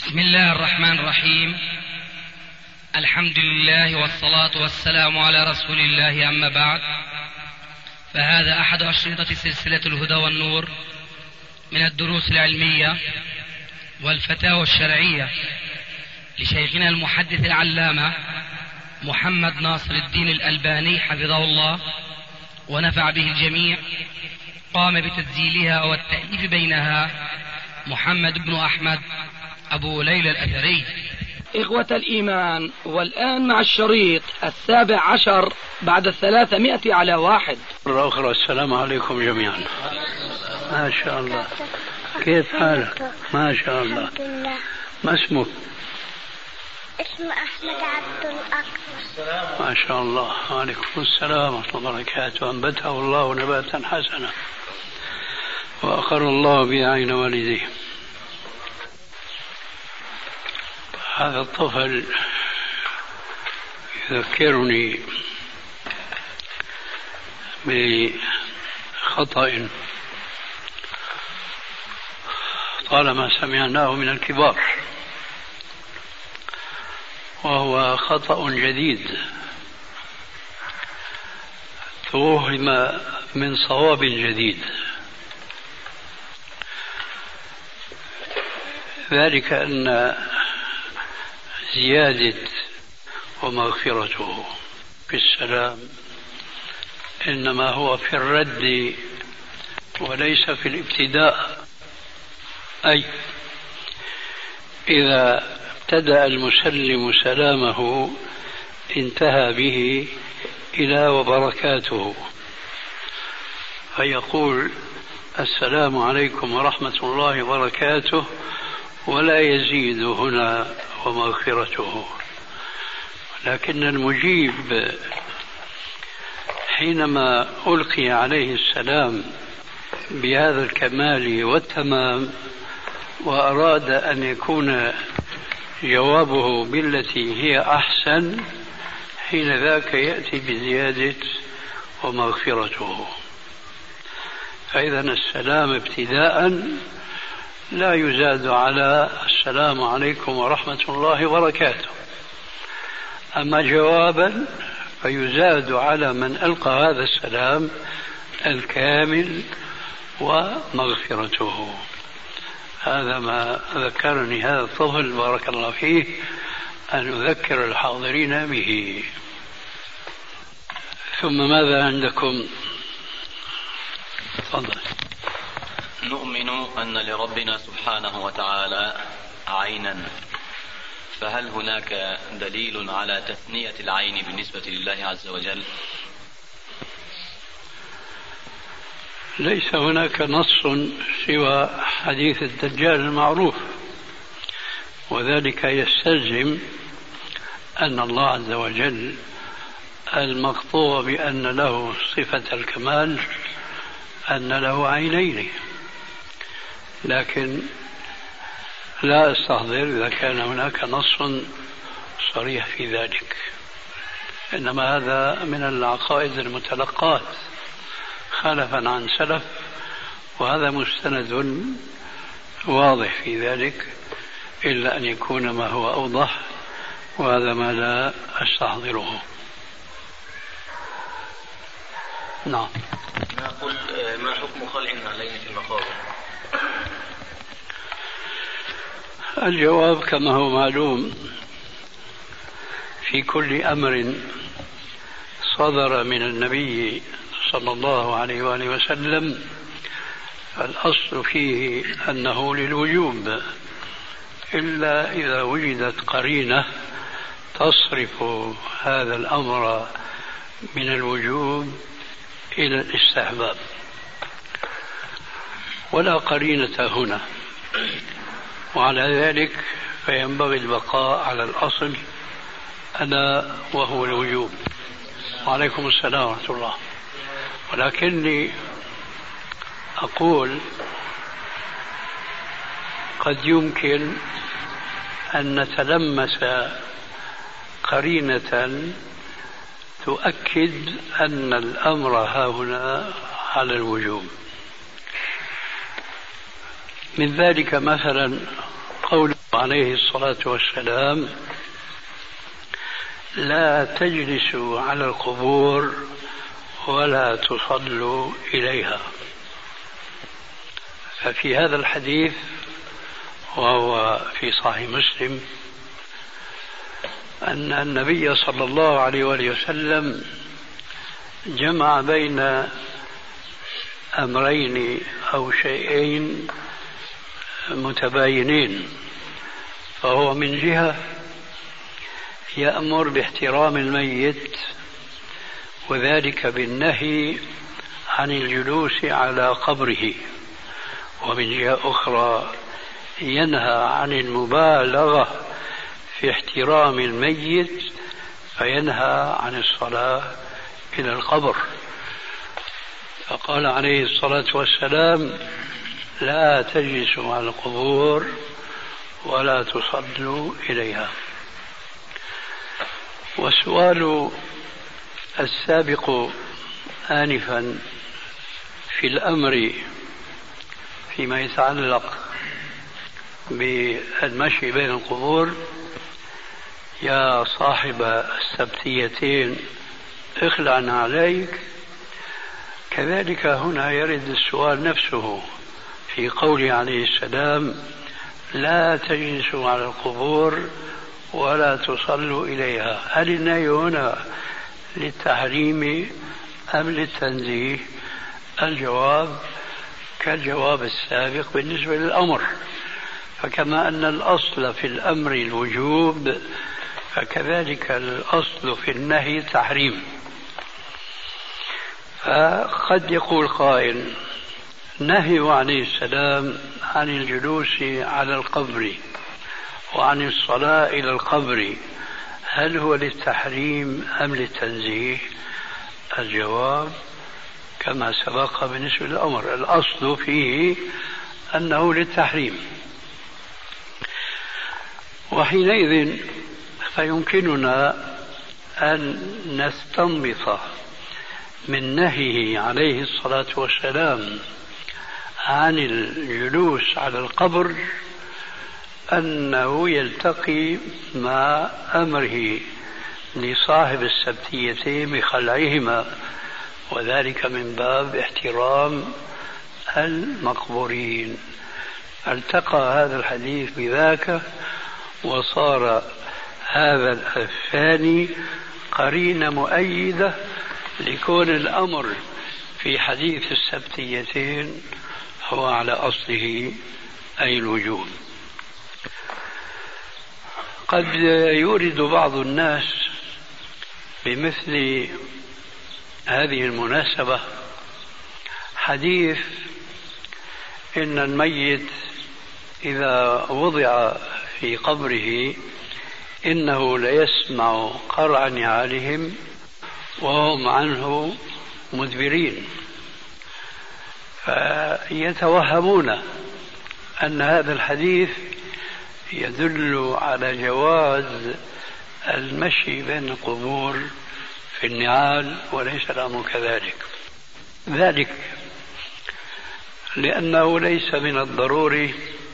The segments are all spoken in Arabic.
بسم الله الرحمن الرحيم. الحمد لله والصلاة والسلام على رسول الله، أما بعد، فهذا أحد أشرطة سلسلة الهدى والنور من الدروس العلمية والفتاوى الشرعية لشيخنا المحدث العلامة محمد ناصر الدين الألباني حفظه الله ونفع به الجميع. قام بتسجيلها والتأليف بينها محمد بن أحمد أبو ليلى الأثري. إخوة الإيمان، والآن مع الشريط 17 بعد 300 على 1. مرة أخرى السلام عليكم جميعا. ما شاء الله، كيف حالك؟ ما شاء الله. ما اسمك؟ اسمه أحمد عبد الأكبر. ما شاء الله. وعليكم السلام ورحمة الله وبركاته. أنبته الله نباتا حسنا وأقر الله به عين والديه. هذا الطفل يذكرني بخطأ طالما سمعناه من الكبار، وهو خطأ جديد توهم من صواب جديد، ذلك أن زيادة ومغفرته في السلام إنما هو في الرد وليس في الابتداء. أي إذا ابتدأ المسلم سلامه انتهى به إلى وبركاته، فيقول السلام عليكم ورحمة الله وبركاته ولا يزيد هنا ومغفرته. لكن المجيب حينما ألقي عليه السلام بهذا الكمال والتمام وأراد أن يكون جوابه بالتي هي أحسن، حين ذاك يأتي بزيادة ومغفرته. فإذا السلام ابتداء لا يزاد على السلام عليكم ورحمة الله وبركاته، أما جوابا فيزاد على من ألقى هذا السلام الكامل ومغفرته. هذا ما ذكرني هذا الطفل بارك الله فيه أن أذكر الحاضرين به. ثم ماذا عندكم؟ تفضل. نؤمن أن لربنا سبحانه وتعالى عينا، فهل هناك دليل على تثنية العين بالنسبة لله عز وجل؟ ليس هناك نص سوى حديث الدجال المعروف، وذلك يستلزم أن الله عز وجل المقطوع بأن له صفة الكمال أن له عينين، لكن لا أستحضر إذا كان هناك نص صريح في ذلك، إنما هذا من العقائد المتلقات خلفا عن سلف، وهذا مستند واضح في ذلك، إلا أن يكون ما هو أوضح، وهذا ما لا أستحضره. نعم. نقول ما حكم خلع النعلين في المقابر؟ الجواب كما هو معلوم، في كل أمر صدر من النبي صلى الله عليه وآله وسلم فالأصل فيه أنه للوجوب، إلا إذا وجدت قرينة تصرف هذا الأمر من الوجوب إلى الاستحباب، ولا قرينة هنا، وعلى ذلك فينبغي البقاء على الأصل ألا وهو الوجوب. وعليكم السلام ورحمة الله. ولكني أقول قد يمكن أن نتلمس قرينة تؤكد أن الأمر هاهنا على الوجوب. من ذلك مثلا قول عليه الصلاة والسلام: لا تجلسوا على القبور ولا تصلوا إليها. ففي هذا الحديث، وهو في صحيح مسلم، أن النبي صلى الله عليه وآله وسلم جمع بين أمرين أو شيئين متباينين. فهو من جهة يأمر باحترام الميت، وذلك بالنهي عن الجلوس على قبره، ومن جهة أخرى ينهى عن المبالغة في احترام الميت، فينهى عن الصلاة إلى القبر. فقال عليه الصلاة والسلام: لا تجلسوا على القبور ولا تصلوا إليها. والسؤال السابق آنفا في الأمر فيما يتعلق بالمشي بين القبور: يا صاحب السبتيتين اخلعن عليك. كذلك هنا يرد السؤال نفسه في قوله عليه السلام: لا تجلسوا على القبور ولا تصلوا إليها. هل النهي هنا للتحريم أم للتنزيه؟ الجواب كالجواب السابق بالنسبة للأمر، فكما أن الأصل في الأمر الوجوب، فكذلك الأصل في النهي تحريم. فقد يقول قائل: نهي عليه السلام عن الجلوس على القبر وعن الصلاة إلى القبر، هل هو للتحريم أم للتنزيه؟ الجواب كما سبق بالنسبة للأمر، الأصل فيه أنه للتحريم. وحينئذ فيمكننا أن نستنبط من نهيه عليه الصلاة والسلام عن الجلوس على القبر أنه يلتقي مع أمره لصاحب السبتيتين بخلعهما، وذلك من باب احترام المقبورين. التقى هذا الحديث بذاك، وصار هذا الثاني قرينة مؤيدة لكون الأمر في حديث السبتيتين هو على أصله أي الوجوب. قد يورد بعض الناس بمثل هذه المناسبة حديث إن الميت إذا وضع في قبره إنه ليسمع قرع نعالهم وهم عنه مدبرين، فيتوهمون أن هذا الحديث يدل على جواز المشي بين القبور في النعال، وليس الأمر كذلك. ذلك لأنه ليس من الضروري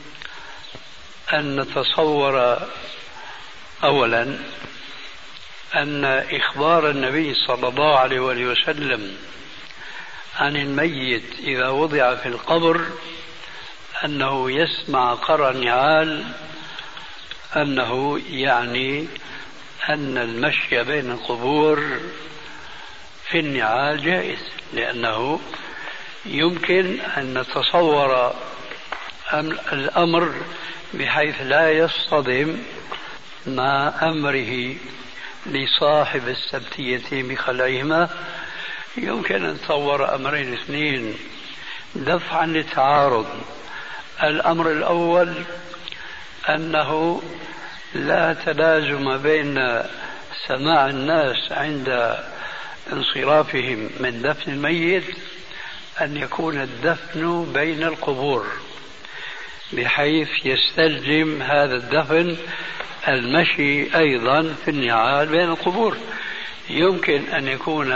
أن نتصور أولا أن إخبار النبي صلى الله عليه وسلم عن الميت إذا وضع في القبر أنه يسمع قرع النعال أنه يعني أن المشي بين القبور في النعال جائز، لأنه يمكن أن نتصور الأمر بحيث لا يصطدم مع أمره لصاحب السبتيتين بخلعهما. يمكن أن نتصور أمرين اثنين دفعا للتعارض. الأمر الأول أنه لا تلازم بين سماع الناس عند انصرافهم من دفن الميت أن يكون الدفن بين القبور، بحيث يستلزم هذا الدفن المشي أيضا في النعال بين القبور. يمكن أن يكون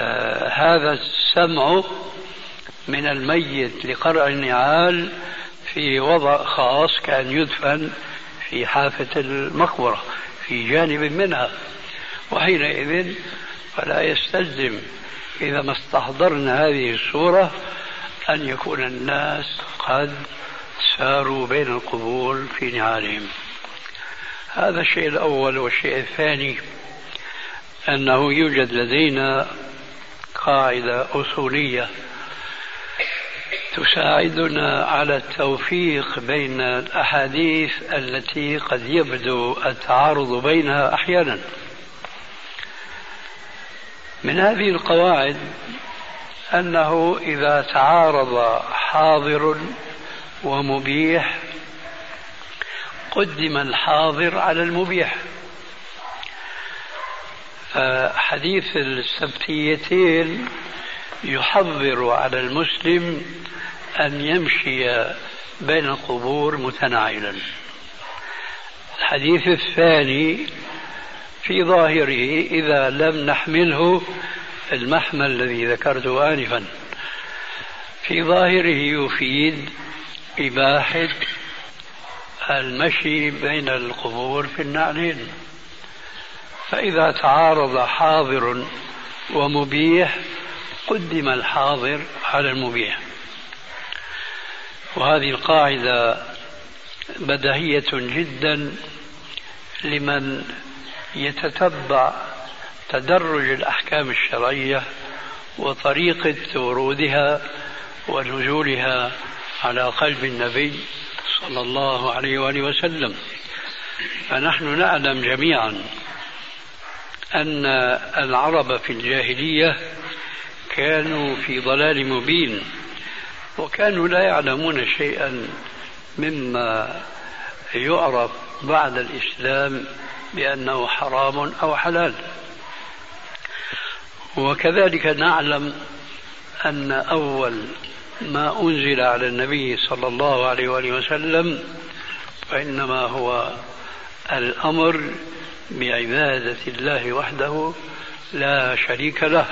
هذا السمع من الميت لقرع النعال في وضع خاص كان يدفن في حافة المقبرة في جانب منها، وحينئذ فلا يستلزم إذا ما استحضرنا هذه الصورة أن يكون الناس قد ساروا بين القبور في نعالهم. هذا الشيء الأول. والشيء الثاني أنه يوجد لدينا قاعدة أصولية تساعدنا على التوفيق بين الأحاديث التي قد يبدو التعارض بينها أحيانا. من هذه القواعد أنه إذا تعارض حاضر ومبيح قدم الحاضر على المبيح. فحديث السبتيتين يحضر على المسلم أن يمشي بين القبور متناعلا. الحديث الثاني في ظاهره إذا لم نحمله المحمل الذي ذكرته آنفا، في ظاهره يفيد إباحة المشي بين القبور في النعلين. فإذا تعارض حاضر ومبيح قدم الحاضر على المبيح. وهذه القاعدة بديهية جدا لمن يتتبع تدرج الأحكام الشرعية وطريقة ورودها ونزولها على قلب النبي صلى الله عليه وآله وسلم. فنحن نعلم جميعا أن العرب في الجاهلية كانوا في ضلال مبين، وكانوا لا يعلمون شيئا مما يعرف بعد الإسلام بأنه حرام أو حلال. وكذلك نعلم أن أول ما أنزل على النبي صلى الله عليه وآله وسلم فإنما هو الأمر بعبادة الله وحده لا شريك له.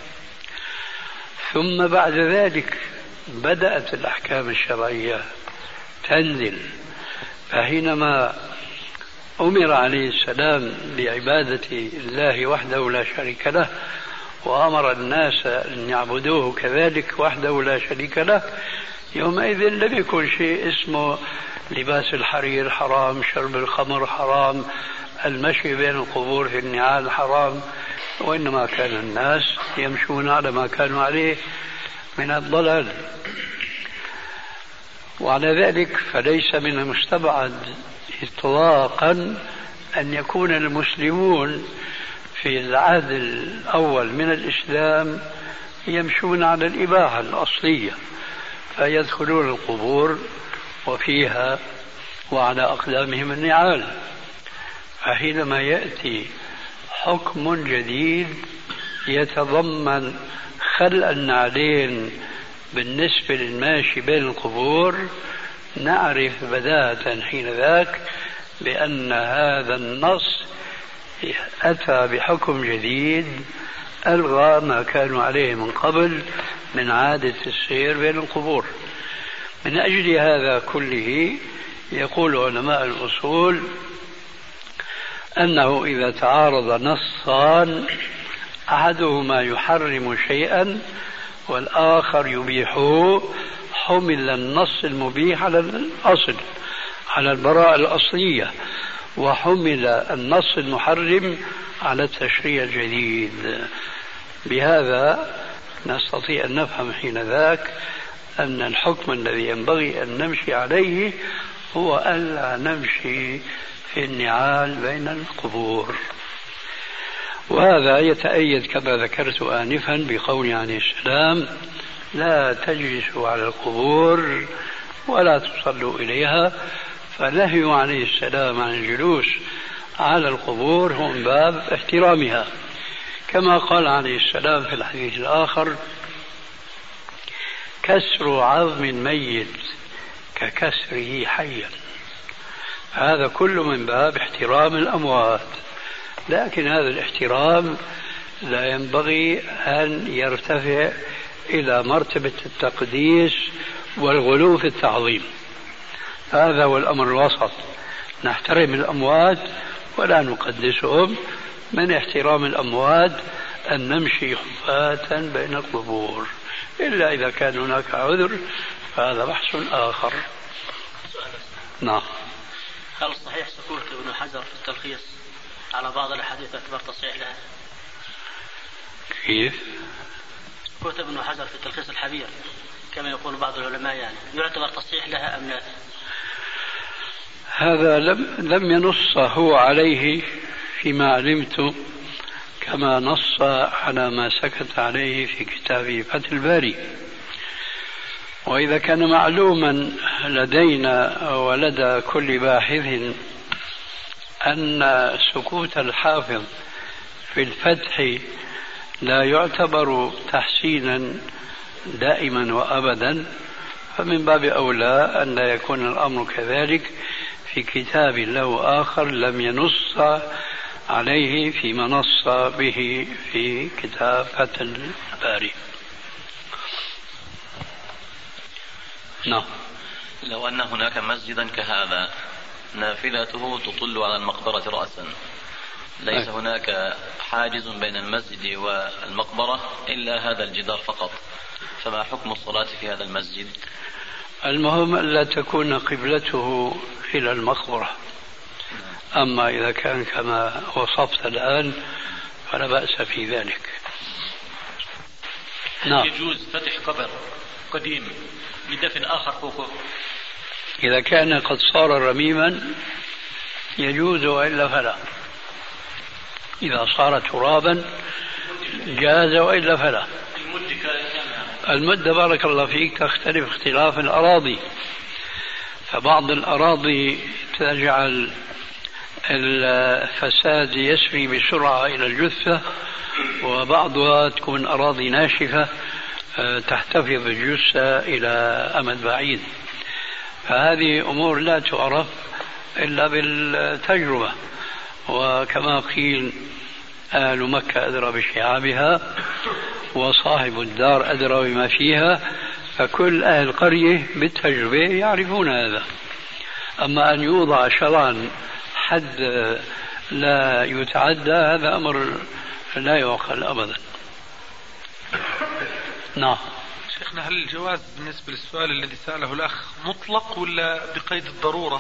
ثم بعد ذلك بدأت الأحكام الشرعية تنزل. فحينما أمر عليه السلام بعبادة الله وحده لا شريك له وأمر الناس أن يعبدوه كذلك وحده لا شريك له، يومئذ لم يكن شيء اسمه لباس الحرير حرام، شرب الخمر حرام، المشي بين القبور في النعال حرام، وإنما كان الناس يمشون على ما كانوا عليه من الضلال. وعلى ذلك فليس من المستبعد إطلاقا أن يكون المسلمون في العهد الأول من الإسلام يمشون على الإباحة الأصلية، فيدخلون القبور وفيها وعلى أقدامهم النعال. فحينما يأتي حكم جديد يتضمن خلع النعلين بالنسبة للماشي بين القبور نعرف بداهة حين ذاك بأن هذا النص أتى بحكم جديد ألغى ما كانوا عليه من قبل من عادة السير بين القبور. من أجل هذا كله يقول علماء الأصول أنه إذا تعارض نصان أحدهما يحرم شيئا والآخر يبيحه حمل النص المبيح على الأصل على البراءة الأصلية، وحمل النص المحرم على التشريع الجديد. بهذا نستطيع أن نفهم حين ذاك أن الحكم الذي ينبغي أن نمشي عليه هو ألا نمشي في النعال بين القبور. وهذا يتأيد كما ذكرت آنفا بقول عليه السلام: لا تجلسوا على القبور ولا تصلوا إليها. فنهي عليه السلام عن الجلوس على القبور هو من باب احترامها، كما قال عليه السلام في الحديث الآخر: كسر عظم ميت ككسره حيا. هذا كله من باب احترام الأموات، لكن هذا الاحترام لا ينبغي أن يرتفع إلى مرتبة التقديس والغلو في التعظيم. هذا هو الأمر الوسط، نحترم الأموات ولا نقدسهم. من احترام الأموات أن نمشي خفاة بين القبور، إلا إذا كان هناك عذر فهذا بحث آخر. نعم. هل صحيح سكوت ابن حجر في التلخيص على بعض الأحاديث اعتبار تصحيح لها؟ كيف؟ سكوت ابن حجر في التلخيص الحبير كما يقول بعض العلماء، يعني يعتبر تصحيح لها أم لا؟ هذا لم ينص هو عليه فيما علمت، كما نص على ما سكت عليه في كتابه فتح الباري. وإذا كان معلوما لدينا ولدى كل باحث أن سكوت الحافظ في الفتح لا يعتبر تحسينا دائما وأبدا، فمن باب أولى أن لا يكون الأمر كذلك في كتاب له آخر لم ينص عليه فيما نص به في كتاب فتح الباري. نعم. لو أن هناك مسجدا كهذا نافذته تطل على المقبرة رأسا، ليس هناك حاجز بين المسجد والمقبرة إلا هذا الجدار فقط، فما حكم الصلاة في هذا المسجد؟ المهم ألا تكون قبلته إلى المقبرة، أما إذا كان كما وصفت الآن فلا بأس في ذلك. نعم. يجوز فتح قبر قديم لدفن آخر فوقه؟ إذا كان قد صار رميما يجوز، وإلا فلا. إذا صار ترابا جاز، وإلا فلا. المدة بارك الله فيك تختلف اختلاف الأراضي، فبعض الأراضي تجعل الفساد يسري بسرعة إلى الجثة، وبعضها تكون أراضي ناشفة تحتفظ الجثة إلى أمد بعيد. فهذه أمور لا تعرف إلا بالتجربة، وكما قيل أهل مكة أدرى بشعابها وصاحب الدار أدرى بما فيها، فكل أهل القرية بالتجربة يعرفون هذا. أما أن يوضع شرعا حد لا يتعدى هذا أمر لا يعقل أبدا. نعم. شيخنا، هل الجواز بالنسبة للسؤال الذي سأله الأخ مطلق ولا بقيد الضرورة؟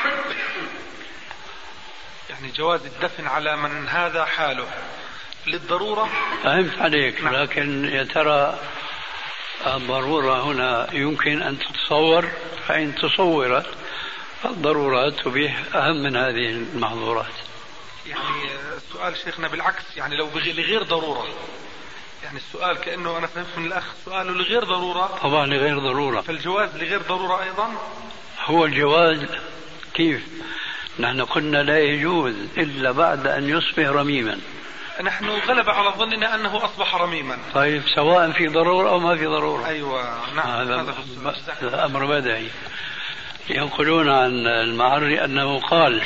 يعني جواز الدفن على من هذا حاله للضرورة؟ فهمت عليك. نعم. لكن يا ترى الضرورة هنا يمكن أن تتصور، فإن تصورت الضرورات تبيح أهم من هذه المحظورات. يعني السؤال شيخنا بالعكس، يعني لو لغير ضرورة، يعني السؤال كأنه أنا فهمت من الأخ سؤاله لغير ضرورة. طبعا لغير ضرورة. فالجواز لغير ضرورة أيضا؟ هو الجواز كيف؟ نحن قلنا لا يجوز إلا بعد أن يصبح رميما. نحن غلب على ظننا أنه أصبح رميما. طيب سواء في ضرورة أو ما في ضرورة. أيوة نعم. هذا أمر بديهي. ينقلون عن المعري أنه قال: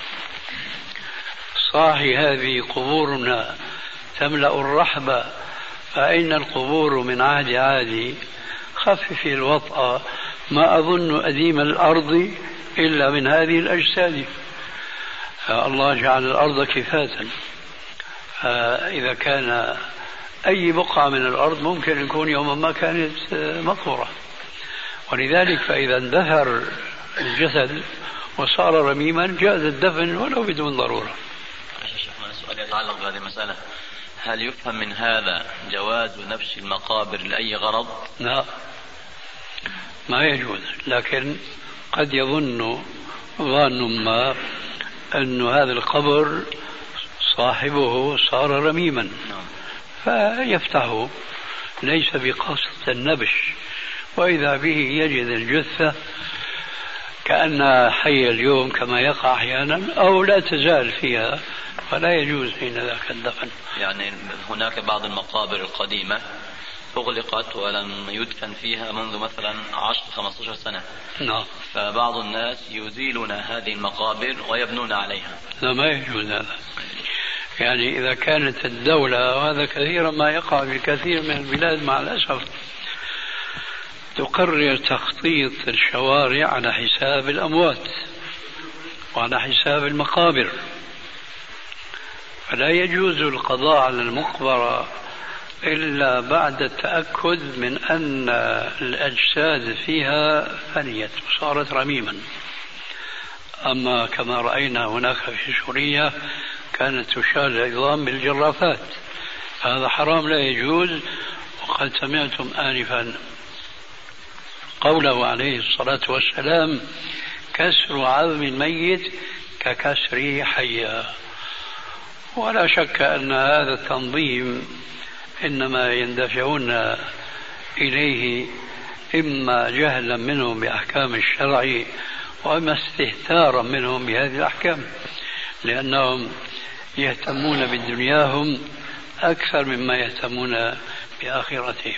صاحي هذه قبورنا تملأ الرحبة، فأين القبور من عهد عادي؟ خفف الوطأ، ما أظن أديم الأرض إلا من هذه الأجساد. الله جعل الأرض كفاة، فإذا كان أي بقعة من الأرض ممكن يكون يوما ما كانت مقبرة، ولذلك فإذا اندثر الجسد وصار رميما جاز الدفن ولو بدون ضرورة. السؤال يتعلق بهذه المسألة: هل يفهم من هذا جواز نبش المقابر لأي غرض؟ لا، ما يجوز، لكن قد يظن ظان ما أن هذا القبر صاحبه صار رميما فيفتحه ليس بقصد النبش، وإذا به يجد الجثة كأنها حية اليوم كما يقع أحيانا أو لا تزال فيها، فلا يجوز حين ذاك الدفن. يعني هناك بعض المقابر القديمة أغلقت ولم يدفن فيها منذ مثلا 10-15 سنة. نعم. فبعض الناس يزيلون هذه المقابر ويبنون عليها. لا، ما يجوز هذا. يعني إذا كانت الدولة، وهذا كثيرا ما يقع في كثير من البلاد مع الأسف، تقرر تخطيط الشوارع على حساب الأموات وعلى حساب المقابر، فلا يجوز القضاء على المقبرة إلا بعد التأكد من أن الأجساد فيها فنيت وصارت رميما. أما كما رأينا هناك في سوريا كانت تشال العظام بالجرافات، هذا حرام لا يجوز. وقد سمعتم آنفا قوله عليه الصلاة والسلام: كسر عظم الميت ككسر حيا. ولا شك أن هذا التنظيم إنما يندفعون إليه إما جهلا منهم بأحكام الشرع وإما استهتارا منهم بهذه الأحكام، لأنهم يهتمون بدنياهم أكثر مما يهتمون بآخرتهم.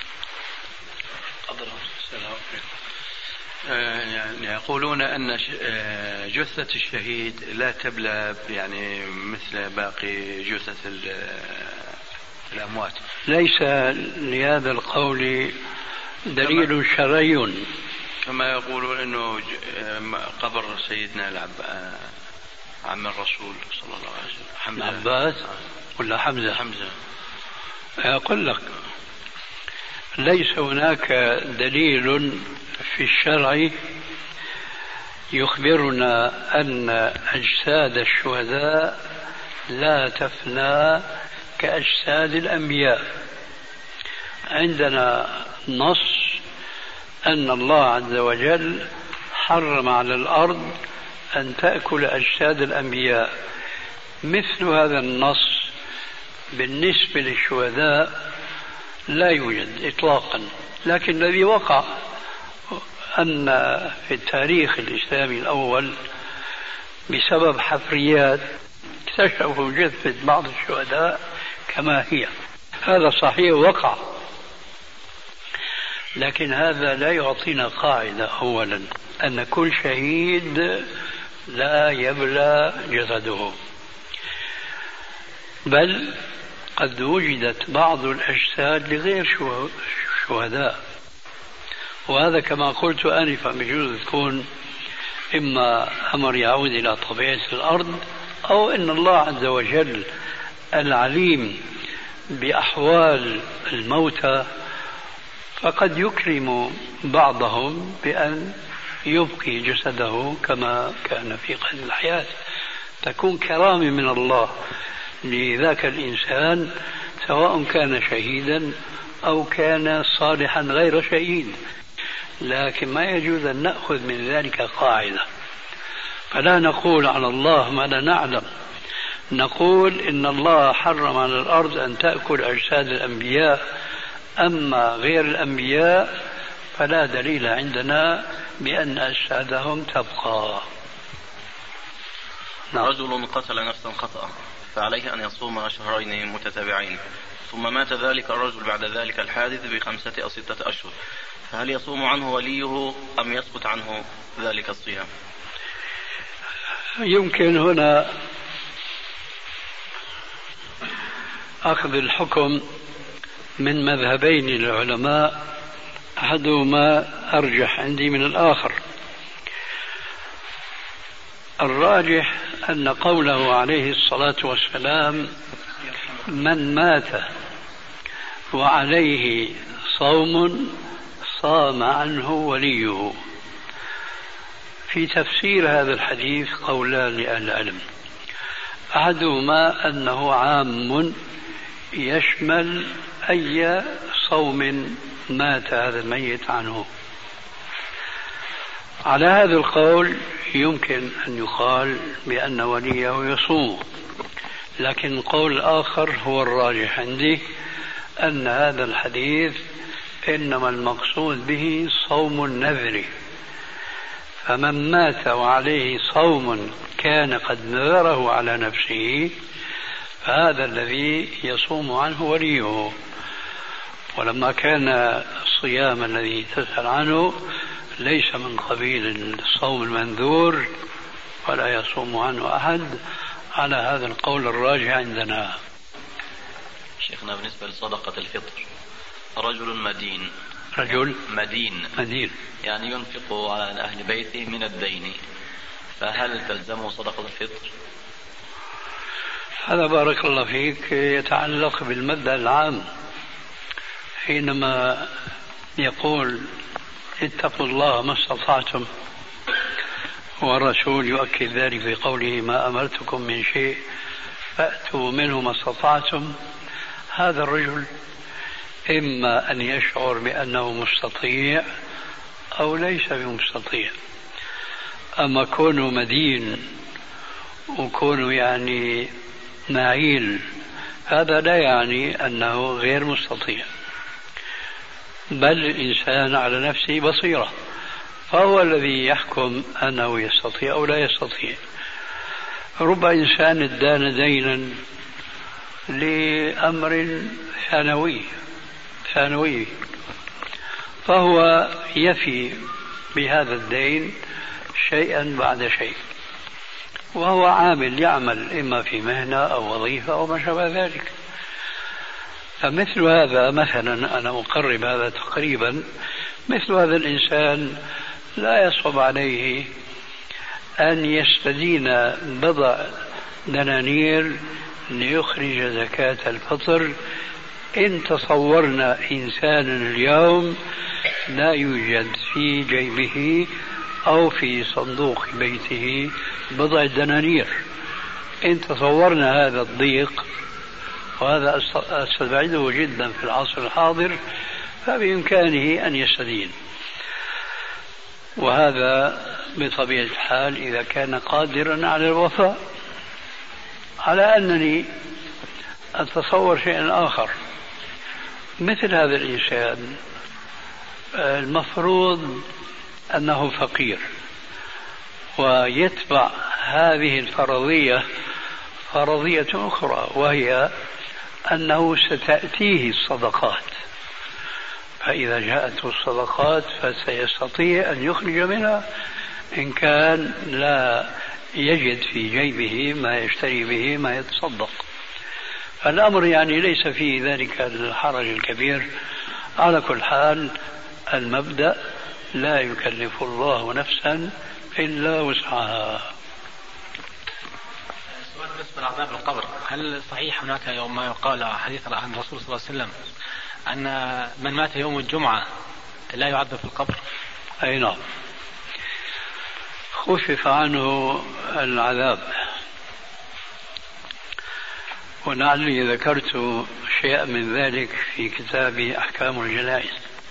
يعني يقولون أن جثة الشهيد لا تبلى يعني مثل باقي جثث الأموات. ليس لهذا القول دليل شرعي، كما يقولون أنه قبر سيدنا عم الرسول صلى الله عليه وسلم حمزة العباس ولا حمزة؟ أقول لك ليس هناك دليل في الشرع يخبرنا أن أجساد الشهداء لا تفنى كأجساد الأنبياء. عندنا نص أن الله عز وجل حرم على الأرض أن تأكل أجساد الأنبياء. مثل هذا النص بالنسبة للشهداء لا يوجد إطلاقا، لكن الذي وقع أن في التاريخ الإسلامي الأول بسبب حفريات اكتشفوا جثة بعض الشهداء كما هي. هذا صحيح وقع، لكن هذا لا يعطينا قاعدة أولا أن كل شهيد لا يبلى جسده، بل قد وجدت بعض الأجساد لغير شهداء، وهذا كما قلت آنفا بجوز تكون إما أمر يعود إلى طبيعة الأرض أو أن الله عز وجل العليم بأحوال الموتى فقد يكرم بعضهم بأن يبقي جسده كما كان في قيد الحياة، تكون كرامة من الله لذاك الإنسان سواء كان شهيدا أو كان صالحا غير شهيد. لكن ما يجوز أن نأخذ من ذلك قاعدة، فلا نقول على الله ما لا نعلم. نقول إن الله حرم على الأرض أن تأكل أجساد الأنبياء، أما غير الأنبياء فلا دليل عندنا بأن أجسادهم تبقى. رجل قتل نفسا خطأ فعليه أن يصوم شهرين متتابعين، ثم مات ذلك الرجل بعد ذلك الحادث ب5 أو 6 أشهر، فهل يصوم عنه وليه أم يسقط عنه ذلك الصيام؟ يمكن هنا أخذ الحكم من مذهبين للعلماء، أحدهما أرجح عندي من الآخر. الراجح أن قوله عليه الصلاة والسلام: من مات وعليه صوم صام عنه وليه. في تفسير هذا الحديث قولان لأهل العلم، أحدهما أنه عام يشمل أي صوم مات هذا الميت عنه. على هذا القول يمكن أن يقال بأن وليه يصوم، لكن القول الآخر هو الراجح عندي، أن هذا الحديث إنما المقصود به صوم النذر، فمن مات وعليه صوم كان قد نذره على نفسه فهذا الذي يصوم عنه وليه. ولما كان الصيام الذي تسأل عنه ليس من قبيل الصوم المنذور ولا يصوم عنه أحد، على هذا القول الراجح عندنا. شيخنا بالنسبة لصدقة الفطر، رجل مدين رجل مدين يعني ينفق على أهل بيته من الدين، فهل تلزمه صدقة الفطر؟ هذا بارك الله فيك يتعلق بالمبدأ العام، حينما يقول اتقوا الله ما استطعتم، والرسول يؤكد ذلك في قوله ما أمرتكم من شيء فأتوا منه ما استطعتم. هذا الرجل إما أن يشعر بأنه مستطيع أو ليس بمستطيع. أما كونه مدين وكونه يعني معيل هذا لا يعني أنه غير مستطيع، بل الإنسان على نفسه بصيرة، فهو الذي يحكم أنه يستطيع أو لا يستطيع. رب إنسان ادان دينا لأمر ثانوي فهو يفي بهذا الدين شيئا بعد شيء، وهو يعمل إما في مهنة أو وظيفة أو ما شابه ذلك. فمثل هذا مثلا، أنا أقرب هذا تقريبا، مثل هذا الإنسان لا يصعب عليه أن يستدين بضع دنانير ليخرج زكاة الفطر إن تصورنا إنسانا اليوم لا يوجد في جيبه أو في صندوق بيته بضع دنانير. إن تصورنا هذا الضيق، وهذا أستبعده جدا في العصر الحاضر، فبإمكانه أن يستدين، وهذا بطبيعة الحال إذا كان قادرا على الوفاء. على أنني أتصور شيئا آخر، مثل هذا الإنسان المفروض أنه فقير ويتبع هذه الفرضية فرضية أخرى، وهي أنه ستأتيه الصدقات، فإذا جاءته الصدقات فسيستطيع أن يخرج منها إن كان لا يجد في جيبه ما يشتري به ما يتصدق. الأمر يعني ليس فيه ذلك الحرج الكبير. على كل حال المبدأ لا يكلف الله نفسا إلا وسعها. سؤال بالنسبة لعذاب القبر، هل صحيح هناك يوم ما يقال حديث عن الرسول صلى الله عليه وسلم أن من مات يوم الجمعة لا يعذب في القبر؟ أي نعم، خفف عنه العذاب. ولعلي ذكرت شيئا من ذلك في كتاب أحكام الجنائز.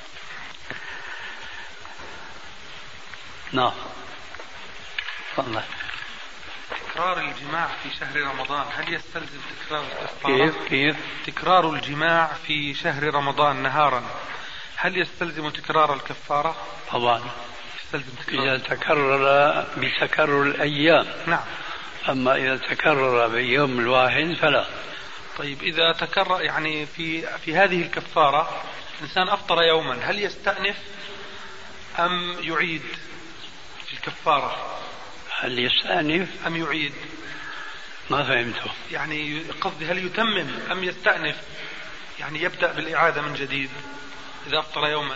نعم. تفضل. تكرار الجماع في شهر رمضان هل يستلزم تكرار الكفارة؟ كيف؟ تكرار الجماع في شهر رمضان نهارا هل يستلزم تكرار الكفارة؟ طبعا يستلزم تكرار. إذا تكرر بتكرر الأيام. نعم. أما إذا تكرر بيوم الواحد فلا. طيب إذا تكرر يعني في هذه الكفارة إنسان أفطر يوما، هل يستأنف أم يعيد في الكفارة؟ هل يستأنف أم يعيد؟ ما فهمته. يعني قصدي هل يتمم أم يستأنف، يعني يبدأ بالإعادة من جديد إذا أفطر يوما؟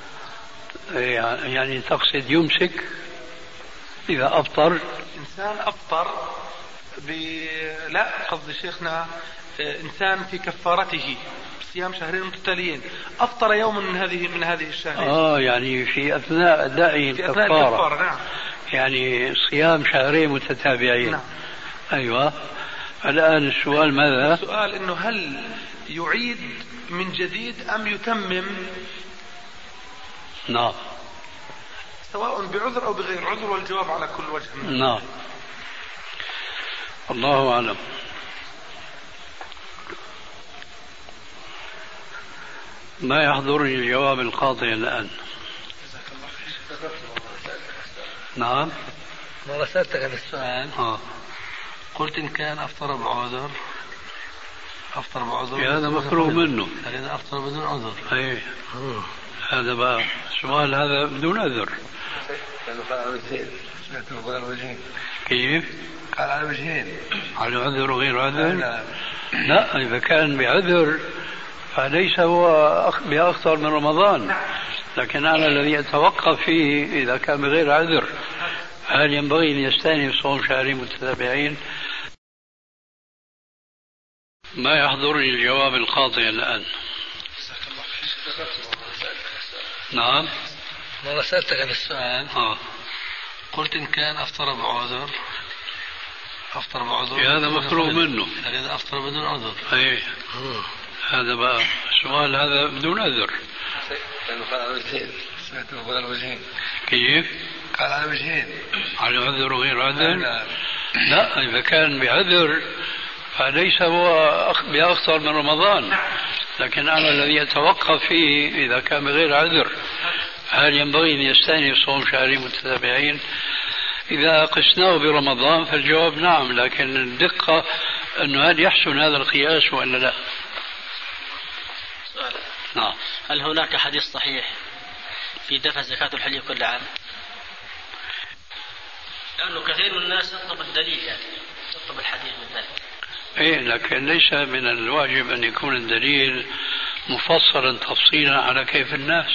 يعني تقصد يمسك إذا أفطر؟ إنسان أفطر لا قصدي شيخنا إنسان في كفارته صيام شهرين متتاليين أفطر يوما من هذه الشهرين. يعني في أثناء أدائه الكفارة. نعم. يعني صيام شهرين متتابعين. نعم. أيوة. الآن السؤال ماذا؟ السؤال إنه هل يعيد من جديد أم يتمم؟ نعم. سواء بعذر أو بغير عذر، والجواب على كل وجه. نعم. الله أعلم. ما يحضرني الجواب القاطع الآن. نعم. مرة سألتك هذا السؤال. قلت إن كان أفطر بعذر هذا مفروغ منه. إذا أفطر بدون عذر. أي. هذا بقى السؤال هذا بدون عذر. كيف؟ قال على وجهين، على عذر وغير عذر. لا، إذا كان بعذر فليس هو بأخطر من رمضان، لكن أنا الذي أتوقف فيه إذا كان بغير عذر هل ينبغي أن يستأنف صوم شهرين متتابعين؟ ما يحضرني الجواب القاطع الآن. نعم. مرة سألتك عن السؤال. قلت إن كان أفطر بعذر هذا مفروغ منه. إذا أفطر بدون عذر. أي. هذا بقى السؤال هذا بدون عذر. قال على وجهين. سمعته على وجهين. كيف؟ قال على وجهين. على عذر وغير عذر؟ لا، إذا كان بعذر فليس هو بأخطر من رمضان، لكن أنا الذي أتوقف فيه إذا كان بغير عذر هل ينبغي أن يستأنف صوم شهرين متتابعين؟ إذا قسناه برمضان فالجواب نعم، لكن الدقة أنه هل يحسن هذا القياس ولا لا؟ نعم. هل هناك حديث صحيح في دفع زكاة الحلي كل عام؟ لأنه كثير من الناس يطلب الدليل، يعني يطلب الحديث من ذلك. إيه، لكن ليس من الواجب أن يكون الدليل مفصلا تفصيلا على كيف الناس.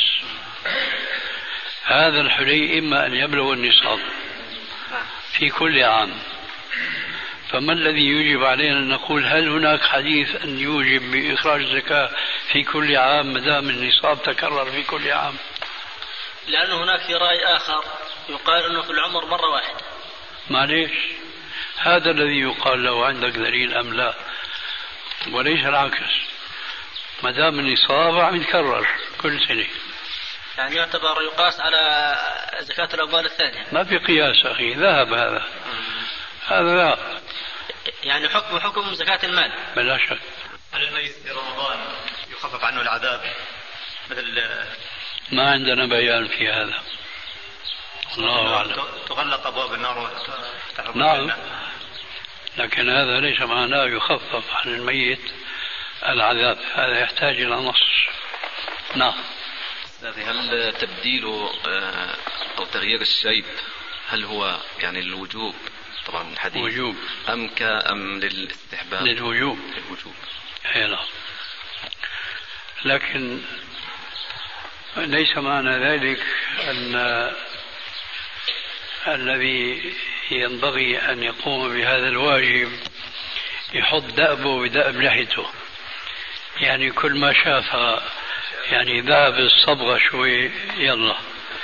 هذا الحلي إما أن يبلغ النصاب في كل عام، فما الذي يوجب علينا أن نقول هل هناك حديث أن يوجب بإخراج الزكاة في كل عام ما دام النصاب تكرر في كل عام؟ لأنه هناك في رأي آخر يقال أنه في العمر مرة واحدة. معليش، هذا الذي يقال له عندك دليل أم لا، وليس العكس. ما دام النصاب عم يتكرر كل سنة، يعني يعتبر يقاس على زكاة الأموال الثانية. ما في قياس أخي، ذهب هذا لا، يعني حكم زكاة المال بلا شك. هل الميت في رمضان يخفف عنه العذاب مثل؟ ما عندنا بيان في هذا، الله أعلم. تغلق أبواب النار. نعم، لكن هذا ليس معناه يخفف عن الميت العذاب، هذا يحتاج إلى نص. نعم. هل تبديل أو تغيير الشيب هل هو يعني للوجوب طبعا الحديث وجوب أم للاستحباب؟ للوجوب. هنا. لكن ليس معنى ذلك أن الذي ينبغي أن يقوم بهذا الواجب يحط دأبه بدأب لحيته، يعني كل ما شاف يعني ذهب الصبغة شوي يلا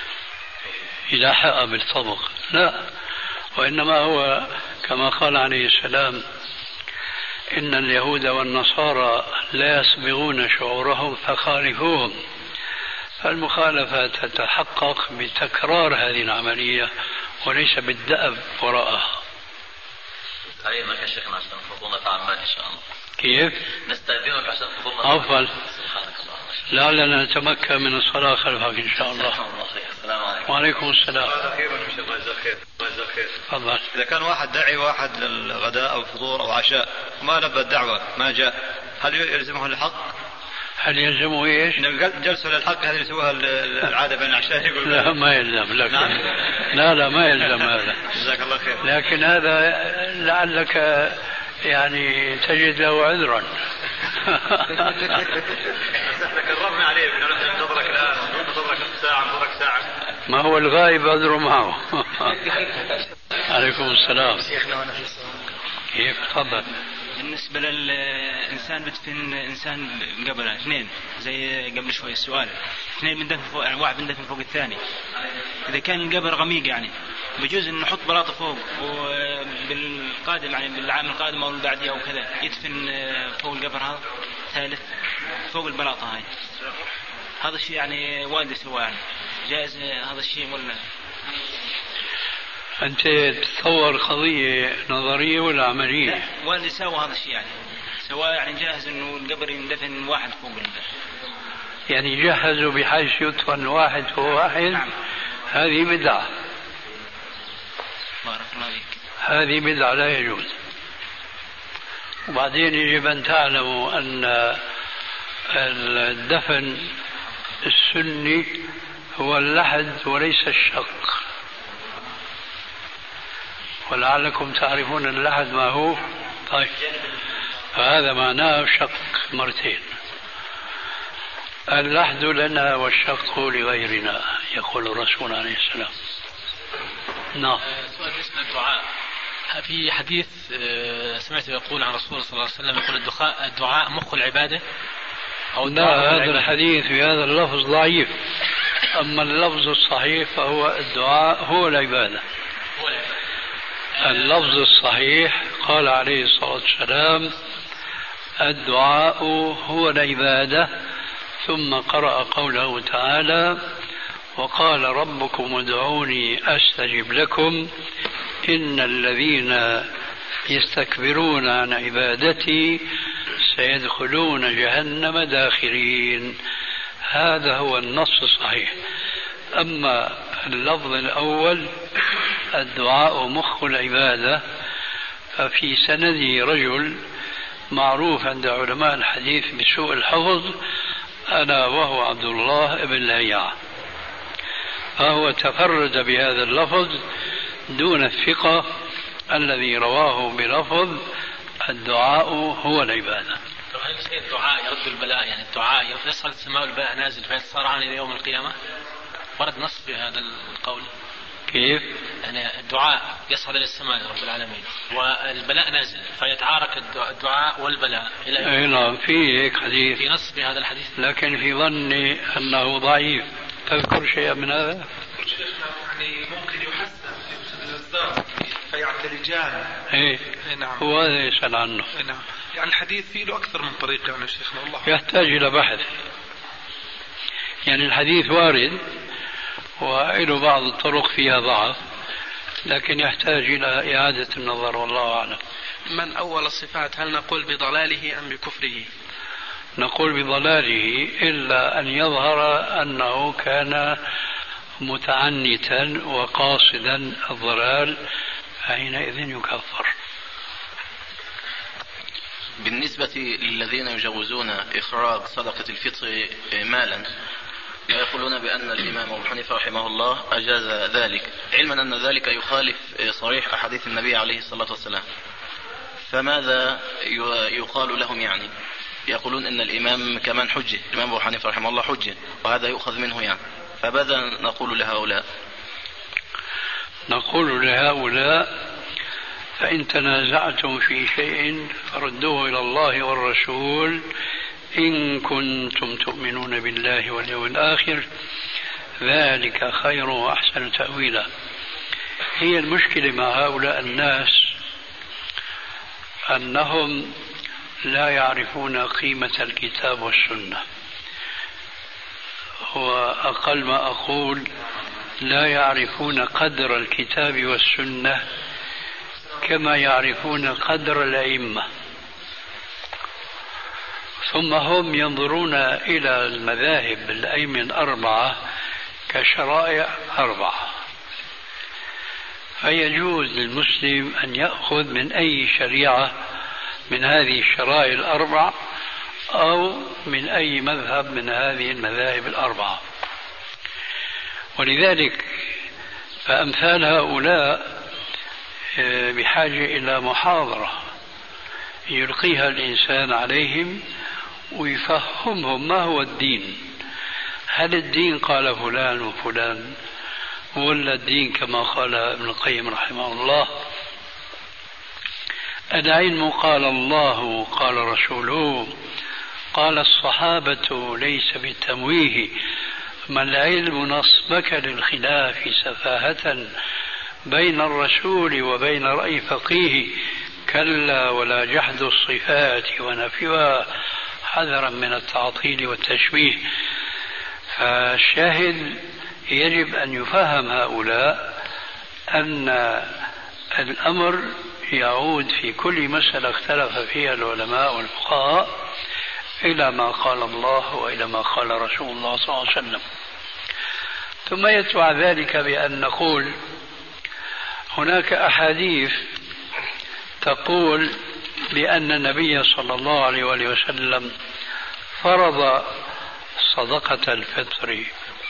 يلاحق بالصبغ، لا، وإنما هو كما قال عليه السلام: إن اليهود والنصارى لا يصبغون شعورهم فخالفوهم. فالمخالفة تتحقق بتكرار هذه العملية وليس بالدأب وراءها. أيضا يا شيخنا عشان فضلنا تعمل إن شاء الله. كيف؟ نستأذنك عشان فضلنا. أفضل. لعلنا نتمكن من الصلاة خلفك إن شاء الله. السلام عليكم. وعليكم السلام. الله يجزاك خير. تفضل. إذا كان واحد داعي واحد للغداء أو الفطور أو عشاء وما لبى الدعوة ما جاء، هل يلزمه الحق؟ هل يلزمه ايش؟ جلسه للحق هذه يسويها العاده بين العشاء يقول لا ما يلزم لك. نعم. لا ما يلزم هذا. جزاك الله خير. لكن هذا لعلك يعني تجد له عذرا. كررنا عليه ننتظرك الان ننتظرك ساعه ننتظرك ساعه. ما هو الغائب عذره معه. عليكم السلام. كيف؟ تفضل. بالنسبة للإنسان بدفن إنسان قبله اثنين زي قبل شوي السؤال، اثنين بندفن فوق، واحد بندفن فوق الثاني. إذا كان القبر غميق يعني بجوز إنه نحط بلاطة فوق، وبالقادم يعني بالعام القادم أو اللي بعديه أو كذا يدفن فوق القبر هذا ثالث فوق البلاطة هاي. هذا الشيء يعني والدي سواه، يعني جائز هذا الشيء ولا؟ أنت تتصور قضية نظرية ولا عملية؟ لا والدي سوى هذا الشيء، يعني سواه يعني جاهز إنه القبر يندفن واحد فوق يعني جهزوا بحيث يدفن واحد فوق واحد. نعم. هذه بدعة. بارك الله فيك. هذه بدعة لا يجوز. وبعدين يجب أن تعلموا أن الدفن السني هو اللحد وليس الشق، ولعلكم تعرفون اللحد ما هو. طيب، فهذا معناه شق مرتين. اللحد لنا والشق لغيرنا، يقول الرسول عليه السلام. نعم. سؤال بالنسبة للدعاء. في حديث سمعته يقول عن رسول صلى الله عليه وسلم يقول الدعاء مخ العبادة أو لا، هذا الحديث بهذا اللفظ ضعيف. أما اللفظ الصحيح فهو الدعاء هو العبادة. اللفظ الصحيح قال عليه الصلاة والسلام الدعاء هو العبادة، ثم قرأ قوله تعالى وقال ربكم ادعوني أستجب لكم إن الذين يستكبرون عن عبادتي سيدخلون جهنم داخرين. هذا هو النص الصحيح. أما اللفظ الأول الدعاء مخ العبادة ففي سنده رجل معروف عند علماء الحديث بسوء الحفظ ألا وهو عبد الله بن لهيعة، فهو تفرد بهذا اللفظ دون الثقة الذي رواه بلفظ الدعاء هو العبادة. هل الدعاء يرد البلاء؟ يعني الدعاء يصعد السماء والبلاء نازل فيتصار عن يوم القيامة؟ ورد نص بهذا القول. كيف؟ يعني الدعاء يصعد إلى السماء رب العالمين والبلاء نازل فيتعارك الدعاء والبلاء إلى يوم. نعم، في هيك حديث، في نص بهذا الحديث، لكن في ظني أنه ضعيف. تذكر شيئا من هذا؟ يعني ممكن يحسن في الصدر فيعتلجان. إيه نعم، هو هذا يسأل عنه. نعم، يعني الحديث فيه له أكثر من طريقة يعني شيخنا الله يحتاج إلى بحث. يعني الحديث وارد وله بعض الطرق فيها ضعف، لكن يحتاج إلى إعادة النظر والله أعلم. من أول الصفات هل نقول بضلاله أم بكفره؟ نقول بضلاله إلا أن يظهر أنه كان متعنتا وقاصدا الضلال فحينئذ يكفر. بالنسبة للذين يجوزون إخراج صدقة الفطر مالا ويقولون بأن الإمام أبو حنيفة رحمه الله أجاز ذلك، علما أن ذلك يخالف صريح أحاديث النبي عليه الصلاة والسلام، فماذا يقال لهم؟ يعني يقولون أن الإمام كمان حجة، الإمام أبو حنيفة رحمه الله حجة وهذا يؤخذ منه يعني، فماذا نقول لهؤلاء؟ نقول لهؤلاء فإن تنازعتم في شيء فردوه إلى الله والرسول إن كنتم تؤمنون بالله واليوم الآخر ذلك خير وأحسن تأويلا. هي المشكلة مع هؤلاء الناس أنهم لا يعرفون قيمة الكتاب والسنة، وأقل ما أقول لا يعرفون قدر الكتاب والسنة كما يعرفون قدر الأئمة. ثم هم ينظرون إلى المذاهب الأئمة الأربعة كشرائع أربعة، فيجوز للمسلم أن يأخذ من أي شريعة من هذه الشرائع الأربع أو من أي مذهب من هذه المذاهب الأربعة. ولذلك فأمثال هؤلاء بحاجة إلى محاضرة يلقيها الإنسان عليهم ويفهمهم ما هو الدين. هل الدين قال فلان وفلان ولا الدين كما قال ابن القيم رحمه الله العلم قال الله قال رسوله قال الصحابة ليس بالتمويه ما العلم نصبك للخلاف سفاهة بين الرسول وبين رأي فقيه كلا ولا جحد الصفات ونفيها حذرا من التعطيل والتشبيه. فالشاهد يجب أن يفهم هؤلاء أن الأمر يعود في كل مسألة اختلف فيها العلماء والفقهاء إلى ما قال الله وإلى ما قال رسول الله صلى الله عليه وسلم. ثم يتبع ذلك بأن نقول هناك أحاديث تقول بأن النبي صلى الله عليه وسلم فرض صدقة الفطر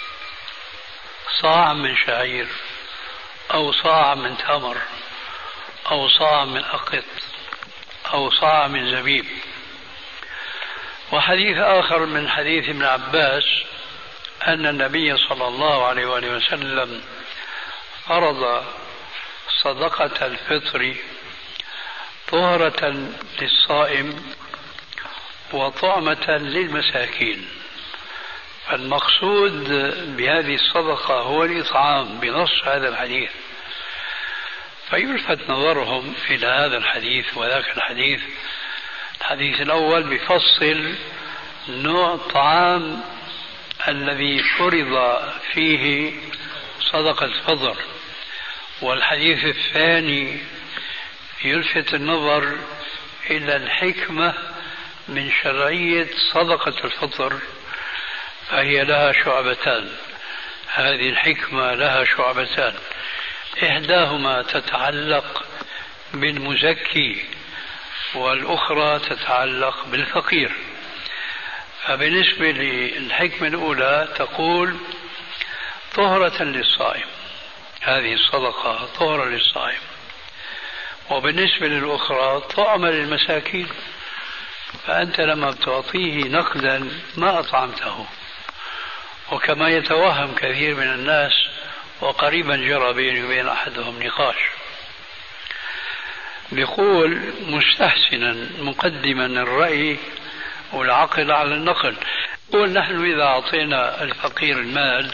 صاع من شعير أو صاع من تمر أو صاع من أقط أو صاع من زبيب، وحديث آخر من حديث ابن عباس أن النبي صلى الله عليه وآله وسلم فرض صدقة الفطر طهرة للصائم وطعمة للمساكين. فالمقصود بهذه الصدقة هو الإطعام بنص هذا الحديث. فيلفت نظرهم إلى هذا الحديث وذاك الحديث. الحديث الأول بفصل نوع الطعام الذي فرض فيه صدقة الفطر، والحديث الثاني يلفت النظر إلى الحكمة من شرعية صدقة الفطر، فهي لها شعبتان. هذه الحكمة لها شعبتان، إحداهما تتعلق بالمزكي والأخرى تتعلق بالفقير. فبالنسبة للحكمة الأولى تقول طهرة للصائم، هذه الصدقة طهرة للصائم، وبالنسبة للأخرى طعمة للمساكين. فأنت لما بتعطيه نقدا ما أطعمته. وكما يتوهم كثير من الناس، وقريبا جرى بيني وبين أحدهم نقاش، بيقول مستحسنا مقدما الرأي والعقل على النقل، يقول نحن إذا أعطينا الفقير المال